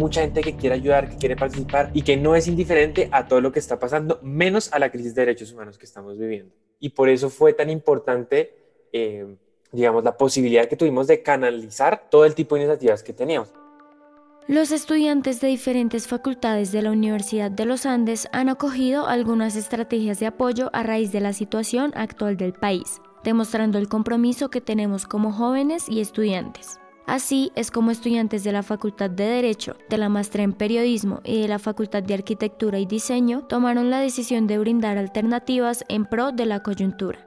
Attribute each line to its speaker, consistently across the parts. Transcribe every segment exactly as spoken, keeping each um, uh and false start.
Speaker 1: mucha gente que quiere ayudar, que quiere participar y que no es indiferente a todo lo que está pasando, menos a la crisis de derechos humanos que estamos viviendo. Y por eso fue tan importante, eh, digamos, la posibilidad que tuvimos de canalizar todo el tipo de iniciativas que teníamos.
Speaker 2: Los estudiantes de diferentes facultades de la Universidad de los Andes han acogido algunas estrategias de apoyo a raíz de la situación actual del país, demostrando el compromiso que tenemos como jóvenes y estudiantes. Así es como estudiantes de la Facultad de Derecho, de la Maestría en Periodismo y de la Facultad de Arquitectura y Diseño tomaron la decisión de brindar alternativas en pro de la coyuntura.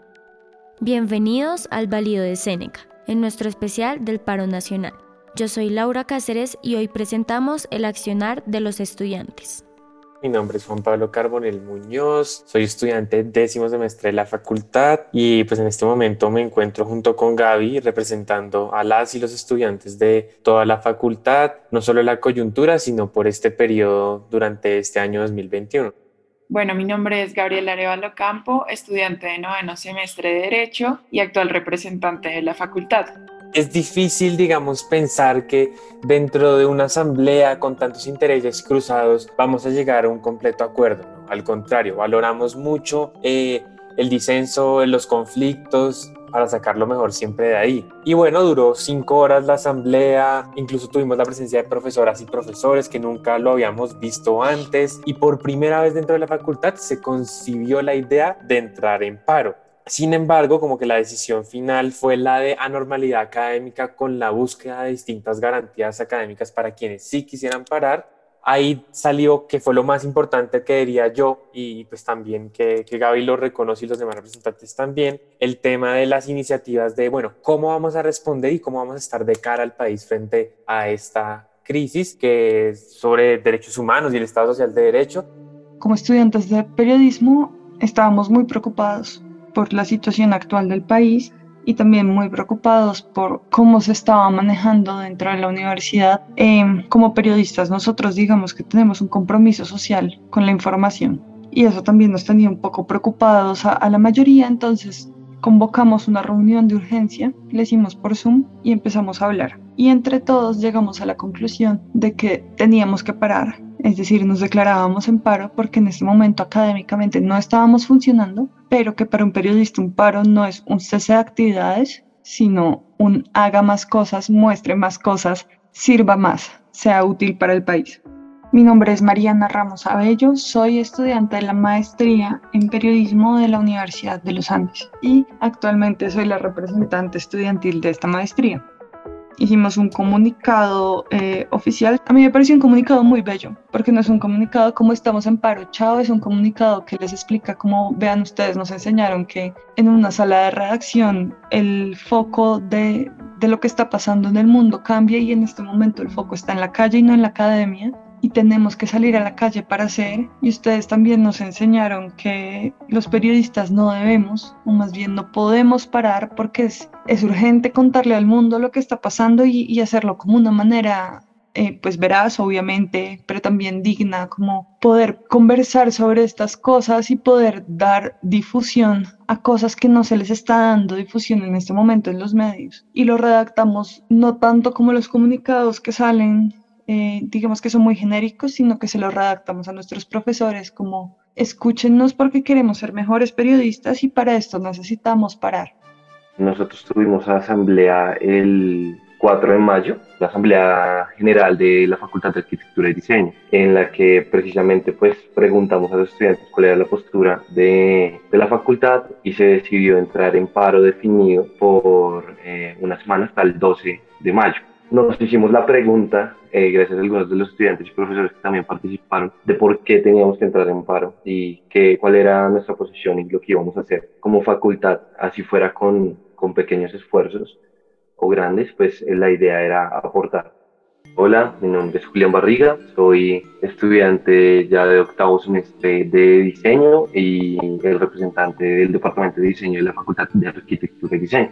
Speaker 2: Bienvenidos al Balido de Séneca, en nuestro especial del Paro Nacional. Yo soy Laura Cáceres y hoy presentamos el accionar de los estudiantes.
Speaker 1: Mi nombre es Juan Pablo Carbonell Muñoz, soy estudiante décimo semestre de la facultad y pues en este momento me encuentro junto con Gaby representando a las y los estudiantes de toda la facultad, no solo la coyuntura, sino por este periodo durante este año dos mil veintiuno.
Speaker 3: Bueno, mi nombre es Gabriela Arevalo Campo, estudiante de noveno semestre de Derecho y actual representante de la facultad.
Speaker 1: Es difícil, digamos, pensar que dentro de una asamblea con tantos intereses cruzados vamos a llegar a un completo acuerdo, ¿no? Al contrario, valoramos mucho eh, el disenso, los conflictos, para sacar lo mejor siempre de ahí. Y bueno, duró cinco horas la asamblea, incluso tuvimos la presencia de profesoras y profesores que nunca lo habíamos visto antes y por primera vez dentro de la facultad se concibió la idea de entrar en paro. Sin embargo, como que la decisión final fue la de anormalidad académica con la búsqueda de distintas garantías académicas para quienes sí quisieran parar. Ahí salió que fue lo más importante que diría yo y pues también que, que Gaby lo reconoce y los demás representantes también, el tema de las iniciativas de, bueno, cómo vamos a responder y cómo vamos a estar de cara al país frente a esta crisis que es sobre derechos humanos y el Estado Social de Derecho.
Speaker 4: Como estudiantes de periodismo estábamos muy preocupados por la situación actual del país y también muy preocupados por cómo se estaba manejando dentro de la universidad. Eh, como periodistas nosotros digamos que tenemos un compromiso social con la información y eso también nos tenía un poco preocupados a, a la mayoría, entonces convocamos una reunión de urgencia, la hicimos por Zoom y empezamos a hablar. Y entre todos llegamos a la conclusión de que teníamos que parar, es decir, nos declarábamos en paro porque en este momento académicamente no estábamos funcionando, pero que para un periodista un paro no es un cese de actividades, sino un haga más cosas, muestre más cosas, sirva más, sea útil para el país. Mi nombre es Mariana Ramos Abello, soy estudiante de la maestría en periodismo de la Universidad de los Andes y actualmente soy la representante estudiantil de esta maestría. Hicimos un comunicado eh, oficial. A mí me pareció un comunicado muy bello, porque no es un comunicado como estamos en paro, chao, es un comunicado que les explica cómo, vean ustedes, nos enseñaron que en una sala de redacción el foco de, de lo que está pasando en el mundo cambia y en este momento el foco está en la calle y no en la academia. Y tenemos que salir a la calle para hacer, y ustedes también nos enseñaron que los periodistas no debemos, o más bien no podemos parar porque es, es urgente contarle al mundo lo que está pasando y, y hacerlo como una manera eh, pues veraz obviamente, pero también digna, como poder conversar sobre estas cosas y poder dar difusión a cosas que no se les está dando difusión en este momento en los medios. Y lo redactamos no tanto como los comunicados que salen, Eh, digamos que son muy genéricos, sino que se los redactamos a nuestros profesores como escúchennos porque queremos ser mejores periodistas y para esto necesitamos parar.
Speaker 5: Nosotros tuvimos asamblea el cuatro de mayo, la asamblea general de la Facultad de Arquitectura y Diseño, en la que precisamente pues preguntamos a los estudiantes cuál era la postura de, de la facultad y se decidió entrar en paro definido por eh, una semana hasta el doce de mayo. Nos hicimos la pregunta, eh, gracias a algunos de los estudiantes y profesores que también participaron, de por qué teníamos que entrar en paro y que, cuál era nuestra posición y lo que íbamos a hacer como facultad, así fuera con, con pequeños esfuerzos o grandes, pues eh, la idea era aportar. Hola, mi nombre es Julián Barriga, soy estudiante ya de octavo semestre de diseño y el representante del departamento de diseño de la Facultad de Arquitectura y Diseño.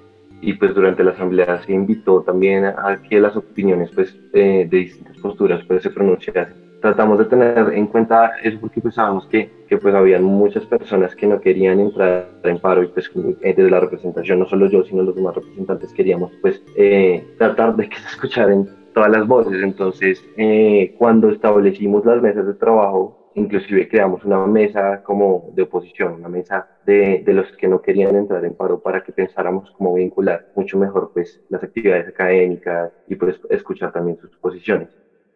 Speaker 5: Y pues durante la asamblea se invitó también a que las opiniones pues, eh, de distintas posturas pues, se pronunciasen. Tratamos de tener en cuenta eso porque pues, sabemos que, que pues, había muchas personas que no querían entrar en paro y pues eh, desde la representación, no solo yo, sino los demás representantes queríamos pues, eh, tratar de que se escucharan todas las voces. Entonces, eh, cuando establecimos las mesas de trabajo, inclusive creamos una mesa como de oposición, una mesa de, de los que no querían entrar en paro para que pensáramos cómo vincular mucho mejor pues las actividades académicas y pues escuchar también sus posiciones.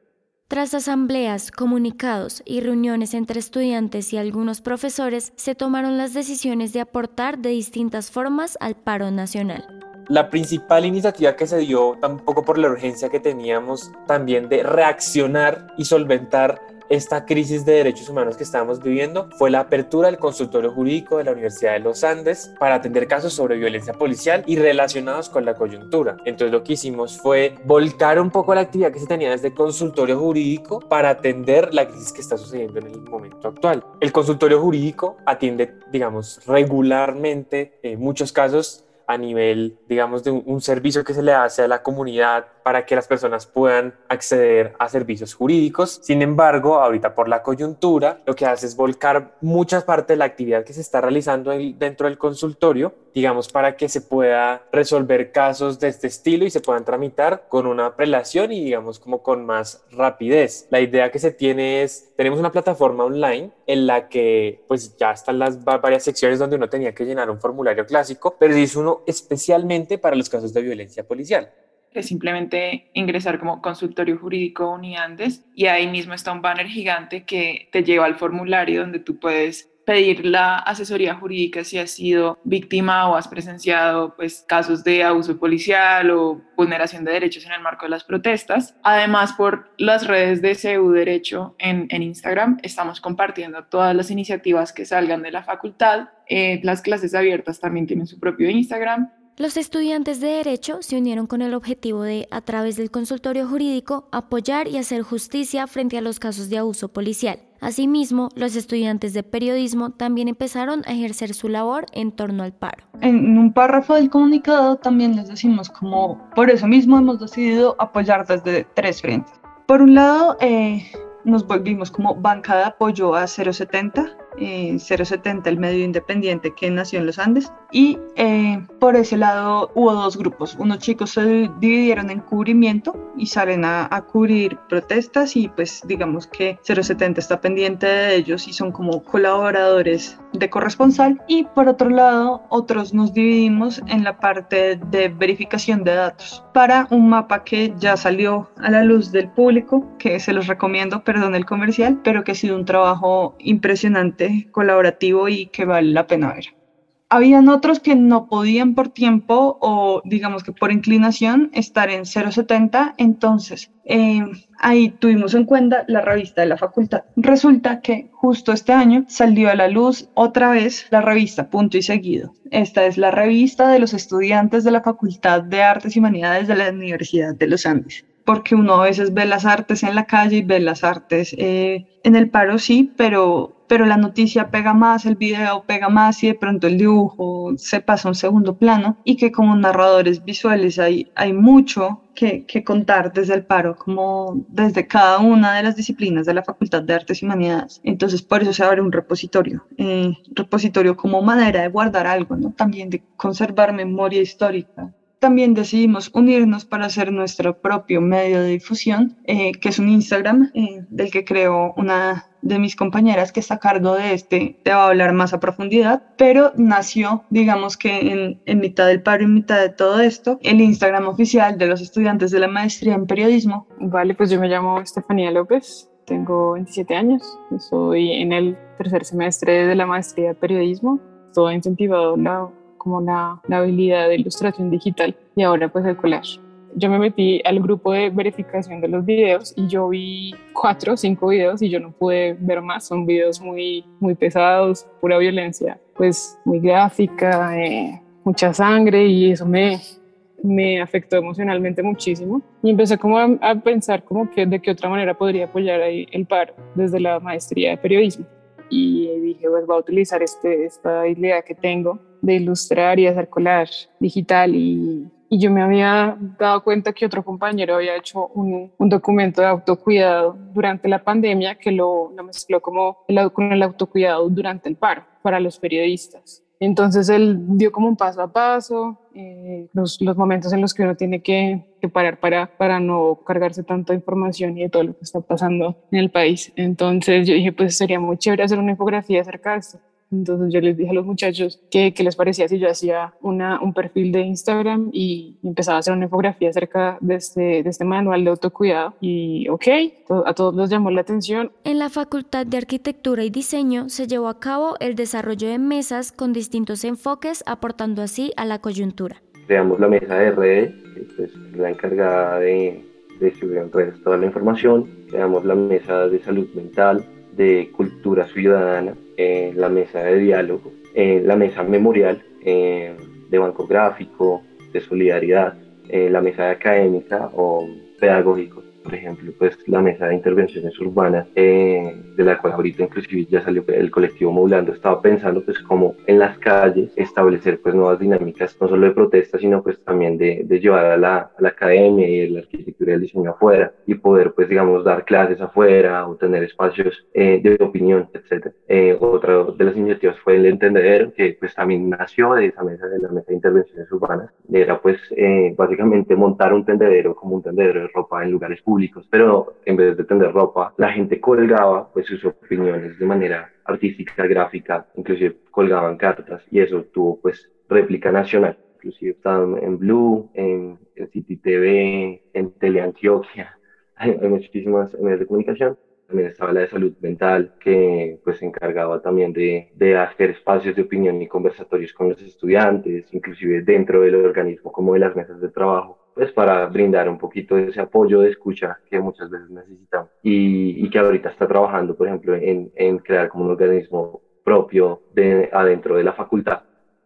Speaker 2: Tras asambleas, comunicados y reuniones entre estudiantes y algunos profesores, se tomaron las decisiones de aportar de distintas formas al paro nacional.
Speaker 1: La principal iniciativa que se dio, tampoco por la urgencia que teníamos también de reaccionar y solventar esta crisis de derechos humanos que estábamos viviendo, fue la apertura del consultorio jurídico de la Universidad de los Andes para atender casos sobre violencia policial y relacionados con la coyuntura. Entonces lo que hicimos fue volcar un poco la actividad que se tenía desde el consultorio jurídico para atender la crisis que está sucediendo en el momento actual. El consultorio jurídico atiende, digamos, regularmente eh, muchos casos a nivel, digamos, de un, un servicio que se le hace a la comunidad para que las personas puedan acceder a servicios jurídicos. Sin embargo, ahorita por la coyuntura, lo que hace es volcar muchas partes de la actividad que se está realizando el, dentro del consultorio, digamos, para que se pueda resolver casos de este estilo y se puedan tramitar con una prelación y, digamos, como con más rapidez. La idea que se tiene es, tenemos una plataforma online en la que, pues, ya están las varias secciones donde uno tenía que llenar un formulario clásico, pero se hizo uno especialmente para los casos de violencia policial.
Speaker 3: Es simplemente ingresar como consultorio jurídico Uniandes y ahí mismo está un banner gigante que te lleva al formulario donde tú puedes pedir la asesoría jurídica si has sido víctima o has presenciado pues, casos de abuso policial o vulneración de derechos en el marco de las protestas. Además, por las redes de C U Derecho en, en Instagram, estamos compartiendo todas las iniciativas que salgan de la facultad. Eh, las clases abiertas también tienen su propio Instagram.
Speaker 2: Los estudiantes de Derecho se unieron con el objetivo de, a través del consultorio jurídico, apoyar y hacer justicia frente a los casos de abuso policial. Asimismo, los estudiantes de Periodismo también empezaron a ejercer su labor en torno al paro.
Speaker 4: En un párrafo del comunicado también les decimos como, por eso mismo hemos decidido apoyar desde tres frentes. Por un lado, eh, nos volvimos como banca de apoyo a cero setenta, eh, cero setenta, el medio independiente que nació en los Andes, y eh, por ese lado hubo dos grupos. Unos chicos se dividieron en cubrimiento y salen a, a cubrir protestas y pues digamos que cero setenta está pendiente de ellos y son como colaboradores de corresponsal, y por otro lado otros nos dividimos en la parte de verificación de datos para un mapa que ya salió a la luz del público, que se los recomiendo, perdón el comercial, pero que ha sido un trabajo impresionante, colaborativo y que vale la pena ver. Habían otros que no podían por tiempo o digamos que por inclinación estar en cero setenta, entonces eh, ahí tuvimos en cuenta la revista de la facultad. Resulta que justo este año salió a la luz otra vez la revista Punto y Seguido. Esta es la revista de los estudiantes de la Facultad de Artes y Humanidades de la Universidad de los Andes. Porque uno a veces ve las artes en la calle y ve las artes eh, en el paro, sí, pero, pero la noticia pega más, el video pega más y de pronto el dibujo se pasa a un segundo plano, y que como narradores visuales hay, hay mucho que, que contar desde el paro, como desde cada una de las disciplinas de la Facultad de Artes y Humanidades. Entonces por eso se abre un repositorio, eh, repositorio como manera de guardar algo, ¿no? También de conservar memoria histórica. También decidimos unirnos para hacer nuestro propio medio de difusión, eh, que es un Instagram, eh, del que creo una de mis compañeras que está a cargo de este, te va a hablar más a profundidad, pero nació, digamos que en, en mitad del paro y en mitad de todo esto, el Instagram oficial de los estudiantes de la maestría en periodismo.
Speaker 6: Vale, pues yo me llamo Estefanía López, tengo veintisiete años, soy en el tercer semestre de la maestría de periodismo, todo incentivado la como la, la habilidad de ilustración digital y ahora pues el collage. Yo me metí al grupo de verificación de los videos y yo vi cuatro o cinco videos y yo no pude ver más. Son videos muy, muy pesados, pura violencia, pues muy gráfica, eh, mucha sangre, y eso me, me afectó emocionalmente muchísimo. Y empecé como a, a pensar como que de qué otra manera podría apoyar ahí el paro desde la maestría de periodismo. Y dije, pues voy a utilizar este, esta idea que tengo de ilustrar y hacer collage digital, y, y yo me había dado cuenta que otro compañero había hecho un, un documento de autocuidado durante la pandemia que lo, lo mezcló como el, con el autocuidado durante el paro para los periodistas. Entonces él dio como un paso a paso, eh, los, los momentos en los que uno tiene que, que parar para, para no cargarse tanta información y de todo lo que está pasando en el país. Entonces yo dije, pues sería muy chévere hacer una infografía acerca de esto. Entonces yo les dije a los muchachos que qué les parecía si yo hacía una, un perfil de Instagram y empezaba a hacer una infografía acerca de este, de este manual de autocuidado. Y ok, a todos les llamó la atención.
Speaker 2: En la Facultad de Arquitectura y Diseño se llevó a cabo el desarrollo de mesas con distintos enfoques, aportando así a la coyuntura.
Speaker 5: Creamos la mesa de redes, que es la encargada de, de distribuir en redes toda la información. Creamos la mesa de salud mental, de cultura ciudadana, eh, la mesa de diálogo, eh, la mesa memorial, eh, de banco gráfico, de solidaridad, eh, la mesa de académica o pedagógico. Por ejemplo, pues la mesa de intervenciones urbanas, eh, de la cual ahorita inclusive ya salió el colectivo Modulando, estaba pensando pues como en las calles establecer pues nuevas dinámicas, no solo de protesta, sino pues también de, de llevar a la, a la academia y la arquitectura y el diseño afuera y poder pues digamos dar clases afuera o tener espacios eh, de opinión, etcétera. Eh, otra de las iniciativas fue el Entendedero, que pues también nació de esa mesa, de la mesa de intervenciones urbanas. Era pues eh, básicamente montar un tendedero como un tendedero de ropa en lugares públicos, pero en vez de tender ropa, la gente colgaba pues sus opiniones de manera artística, gráfica, inclusive colgaban cartas y eso tuvo pues réplica nacional. Inclusive estaban en Blue, en, en City T V, en Teleantioquia, hay, hay muchísimas medios de comunicación. También estaba la de salud mental, que pues se encargaba también de, de hacer espacios de opinión y conversatorios con los estudiantes, inclusive dentro del organismo como de las mesas de trabajo, pues para brindar un poquito de ese apoyo de escucha que muchas veces necesitamos y, y que ahorita está trabajando, por ejemplo, en, en crear como un organismo propio de, adentro de la facultad,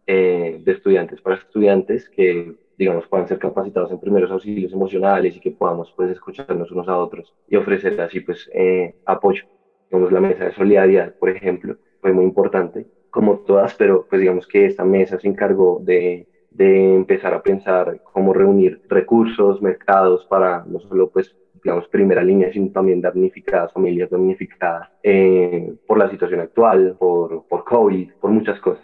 Speaker 5: eh, de estudiantes para estudiantes que digamos, puedan ser capacitados en primeros auxilios emocionales y que podamos, pues, escucharnos unos a otros y ofrecer así, pues, eh, apoyo. Digamos, la mesa de solidaridad, por ejemplo, fue muy importante, como todas, pero, pues, digamos que esta mesa se encargó de, de empezar a pensar cómo reunir recursos, mercados para no solo, pues, digamos, primera línea, sino también damnificadas, familias damnificadas eh, por la situación actual, por, por COVID, por muchas cosas.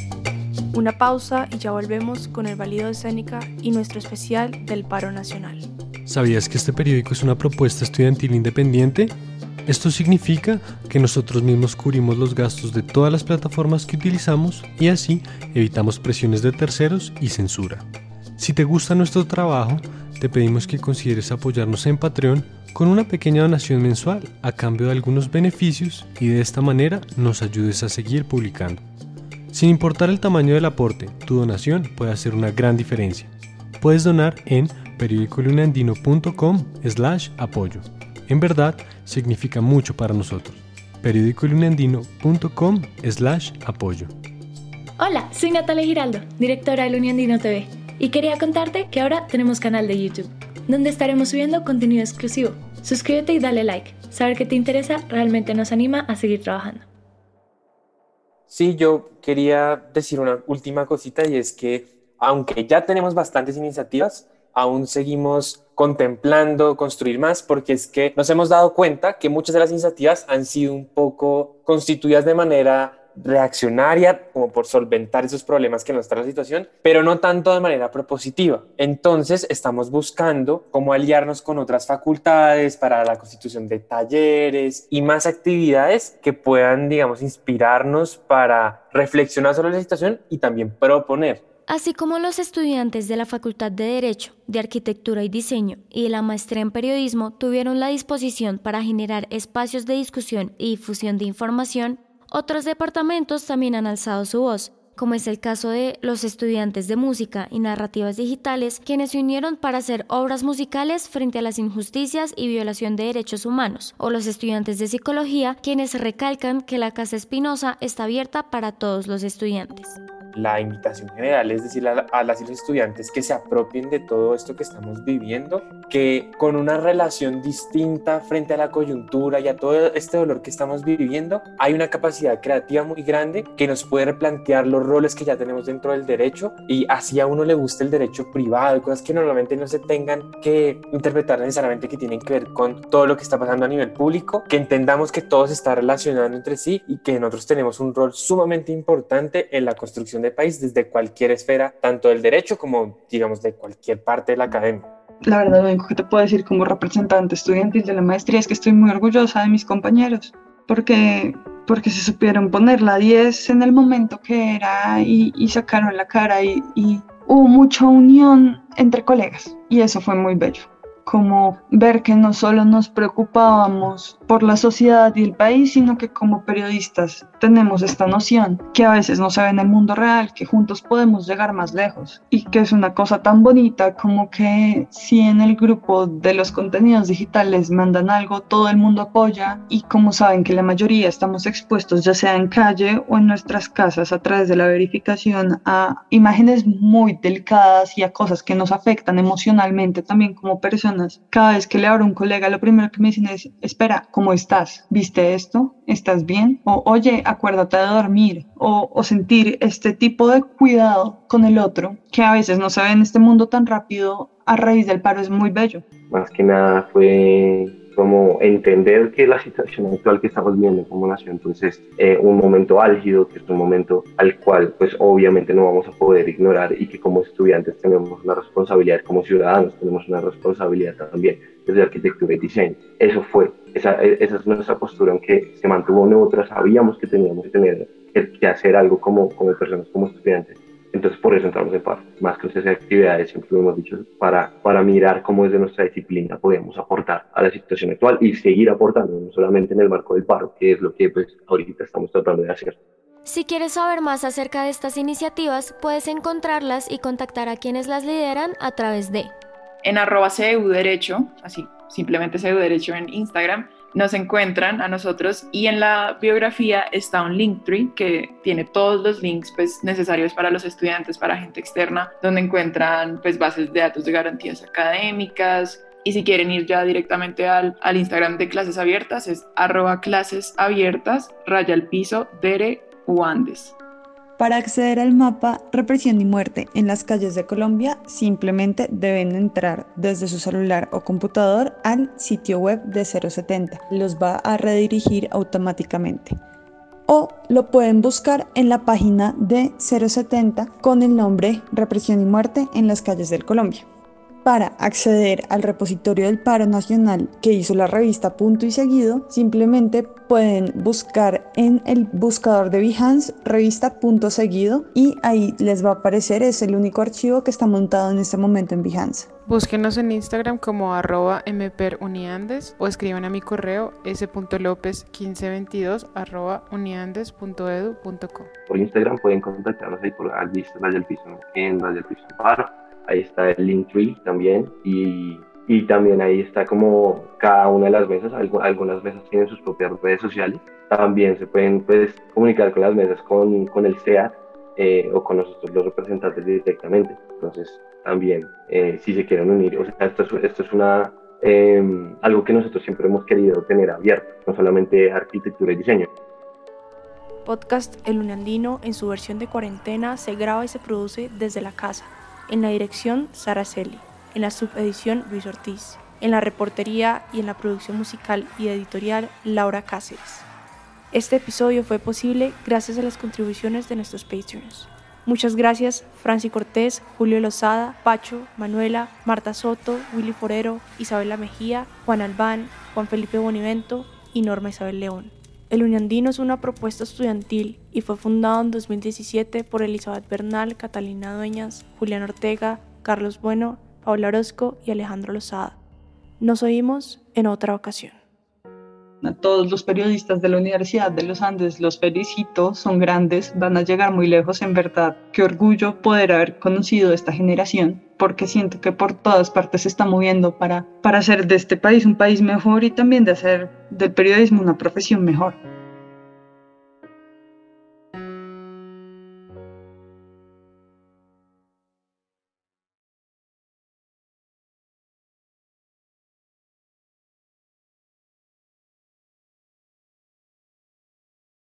Speaker 7: Una pausa y ya volvemos con el Válido Escénica y nuestro especial del Paro Nacional.
Speaker 8: ¿Sabías que este periódico es una propuesta estudiantil independiente? Esto significa que nosotros mismos cubrimos los gastos de todas las plataformas que utilizamos y así evitamos presiones de terceros y censura. Si te gusta nuestro trabajo, te pedimos que consideres apoyarnos en Patreon con una pequeña donación mensual a cambio de algunos beneficios y de esta manera nos ayudes a seguir publicando. Sin importar el tamaño del aporte, tu donación puede hacer una gran diferencia. Puedes donar en periodicolunandino.com slash apoyo. En verdad, significa mucho para nosotros. periodicolunandino.com slash apoyo.
Speaker 9: Hola, soy Natalia Giraldo, directora del Uniandino T V, y quería contarte que ahora tenemos canal de YouTube, donde estaremos subiendo contenido exclusivo. Suscríbete y dale like. Saber que te interesa realmente nos anima a seguir trabajando.
Speaker 1: Sí, yo quería decir una última cosita y es que aunque ya tenemos bastantes iniciativas, aún seguimos contemplando construir más porque es que nos hemos dado cuenta que muchas de las iniciativas han sido un poco constituidas de manera reaccionaria, como por solventar esos problemas que nos trae la situación, pero no tanto de manera propositiva. Entonces estamos buscando cómo aliarnos con otras facultades para la constitución de talleres y más actividades que puedan, digamos, inspirarnos para reflexionar sobre la situación y también proponer.
Speaker 2: Así como los estudiantes de la Facultad de Derecho, de Arquitectura y Diseño y de la Maestría en Periodismo tuvieron la disposición para generar espacios de discusión y difusión de información, otros departamentos también han alzado su voz, como es el caso de los estudiantes de Música y Narrativas Digitales, quienes se unieron para hacer obras musicales frente a las injusticias y violación de derechos humanos, o los estudiantes de Psicología, quienes recalcan que la Casa Espinosa está abierta para todos los estudiantes.
Speaker 1: la invitación general es decir a, a las y los estudiantes que se apropien de todo esto que estamos viviendo, que con una relación distinta frente a la coyuntura y a todo este dolor que estamos viviendo, hay una capacidad creativa muy grande que nos puede replantear los roles que ya tenemos dentro del derecho, y así a uno le gusta el derecho privado, cosas que normalmente no se tengan que interpretar necesariamente que tienen que ver con todo lo que está pasando a nivel público, que entendamos que todo se está relacionando entre sí y que nosotros tenemos un rol sumamente importante en la construcción del país desde cualquier esfera, tanto del derecho como, digamos, de cualquier parte de la academia.
Speaker 4: La verdad, lo único que te puedo decir como representante estudiantil de la maestría es que estoy muy orgullosa de mis compañeros, porque, porque se supieron poner la diez en el momento que era y, y sacaron la cara y, y hubo mucha unión entre colegas y eso fue muy bello. Como ver que no solo nos preocupábamos por la sociedad y el país, sino que como periodistas tenemos esta noción que a veces no se ve en el mundo real, que juntos podemos llegar más lejos y que es una cosa tan bonita como que si en el grupo de los contenidos digitales mandan algo, todo el mundo apoya, y como saben que la mayoría estamos expuestos ya sea en calle o en nuestras casas a través de la verificación a imágenes muy delicadas y a cosas que nos afectan emocionalmente también como personas. Cada vez que le hablo a un colega, lo primero que me dicen es: espera, ¿cómo estás? ¿Viste esto? ¿Estás bien? O oye, acuérdate de dormir. O, o sentir este tipo de cuidado con el otro, que a veces no se ve en este mundo tan rápido a raíz del paro, es muy bello.
Speaker 5: Más que nada fue como entender que la situación actual que estamos viviendo como nación, entonces eh, un momento álgido, que es un momento al cual pues obviamente no vamos a poder ignorar, y que como estudiantes tenemos una responsabilidad, como ciudadanos tenemos una responsabilidad también desde arquitectura y diseño. Eso fue, esa, esa es nuestra postura, aunque se mantuvo neutra, sabíamos que teníamos que tener que, que hacer algo como, como personas, como estudiantes. Entonces por eso entramos en paro, más que otras actividades, siempre lo hemos dicho, para, para mirar cómo desde nuestra disciplina podemos aportar a la situación actual y seguir aportando, no solamente en el marco del paro, que es lo que pues ahorita estamos tratando de hacer.
Speaker 2: Si quieres saber más acerca de estas iniciativas, puedes encontrarlas y contactar a quienes las lideran a través de
Speaker 3: en arroba C E U Derecho, así simplemente C E U Derecho en Instagram, nos encuentran a nosotros, y en la biografía está un Linktree que tiene todos los links pues, necesarios para los estudiantes, para gente externa, donde encuentran pues, bases de datos de garantías académicas, y si quieren ir ya directamente al, al Instagram de Clases Abiertas es arroba clases abiertas, raya al piso, dere uandes.
Speaker 10: Para acceder al mapa Represión y Muerte en las calles de Colombia, simplemente deben entrar desde su celular o computador al sitio web de cero setenta. Los va a redirigir automáticamente. O lo pueden buscar en la página de cero setenta con el nombre Represión y Muerte en las calles de Colombia. Para acceder al repositorio del paro nacional que hizo la revista Punto y Seguido, simplemente pueden buscar en el buscador de Behance revista Punto Seguido y ahí les va a aparecer, es el único archivo que está montado en este momento en Behance.
Speaker 6: Búsquenos en Instagram como arroba mperuniandes o escriban a mi correo s.lopez quince veintidós arroba uniandes punto edu punto co.
Speaker 5: Por Instagram pueden contactarnos ahí por al Raya al Piso en Raya al Piso Paro. Ahí está el Linktree también, y, y también ahí está como cada una de las mesas, algunas mesas tienen sus propias redes sociales, también se pueden pues, comunicar con las mesas con, con el C E A T eh, o con nosotros los representantes directamente, entonces también eh, si se quieren unir, o sea, esto es, esto es una, eh, algo que nosotros siempre hemos querido tener abierto, no solamente arquitectura y diseño.
Speaker 7: Podcast El Uniandino en su versión de cuarentena se graba y se produce desde la casa. En la dirección, Sara Celi. En la subedición, Luis Ortiz. En la reportería y en la producción musical y editorial, Laura Cáceres. Este episodio fue posible gracias a las contribuciones de nuestros Patreons. Muchas gracias Franci Cortés, Julio Lozada, Pacho, Manuela, Marta Soto, Willy Forero, Isabela Mejía, Juan Albán, Juan Felipe Bonivento y Norma Isabel León. El Uniandino es una propuesta estudiantil y fue fundado en dos mil diecisiete por Elizabeth Bernal, Catalina Dueñas, Julián Ortega, Carlos Bueno, Paula Orozco y Alejandro Lozada. Nos oímos en otra ocasión.
Speaker 4: A todos los periodistas de la Universidad de los Andes los felicito, son grandes, van a llegar muy lejos, en verdad. Qué orgullo poder haber conocido esta generación, porque siento que por todas partes se está moviendo para, para hacer de este país un país mejor y también de hacer del periodismo una profesión mejor.